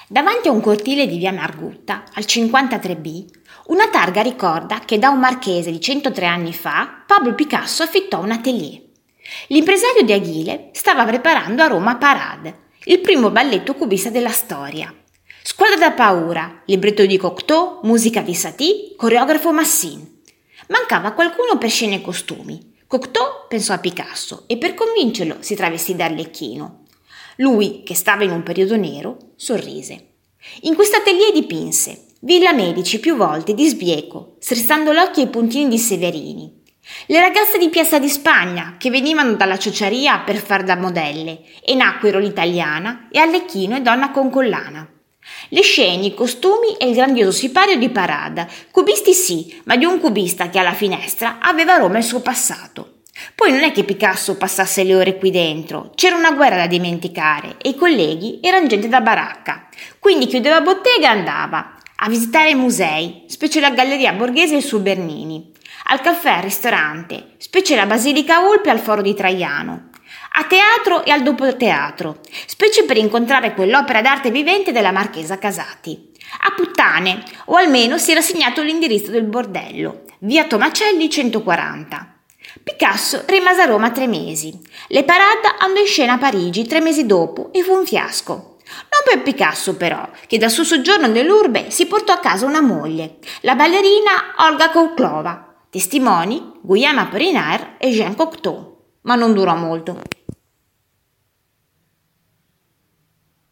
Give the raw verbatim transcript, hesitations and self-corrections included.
Davanti a un cortile di via Margutta, al cinquantatré B, una targa ricorda che da un marchese di centotré anni fa Pablo Picasso affittò un atelier. L'impresario di Aghile stava preparando a Roma Parade, il primo balletto cubista della storia. Squadra da paura, libretto di Cocteau, musica di Satie, coreografo Massin. Mancava qualcuno per scene e costumi. Cocteau pensò a Picasso e per convincerlo si travestì da Arlecchino. Lui, che stava in un periodo nero, sorrise. In quest'atelier dipinse Villa Medici più volte di sbieco, strizzando l'occhio ai puntini di Severini. Le ragazze di Piazza di Spagna, che venivano dalla ciociaria per far da modelle, e nacquero l'italiana e Arlecchino e donna con collana. Le scene, i costumi e il grandioso sipario di Parada, cubisti sì, ma di un cubista che alla finestra aveva a Roma il suo passato. Poi non è che Picasso passasse le ore qui dentro, c'era una guerra da dimenticare e i colleghi erano gente da baracca, quindi chiudeva bottega e andava a visitare i musei, specie la Galleria Borghese e il suo Bernini, al caffè e al ristorante, specie la Basilica Volpe al Foro di Traiano, a teatro e al dopoteatro, specie per incontrare quell'opera d'arte vivente della Marchesa Casati, a puttane, o almeno si era segnato l'indirizzo del bordello, via Tomacelli centoquaranta. Picasso rimase a Roma tre mesi. Le Parade andò in scena a Parigi tre mesi dopo e fu un fiasco. Non per Picasso però, che dal suo soggiorno nell'urbe si portò a casa una moglie, la ballerina Olga Kouklova, testimoni Guillaume Apollinaire e Jean Cocteau, ma non durò molto.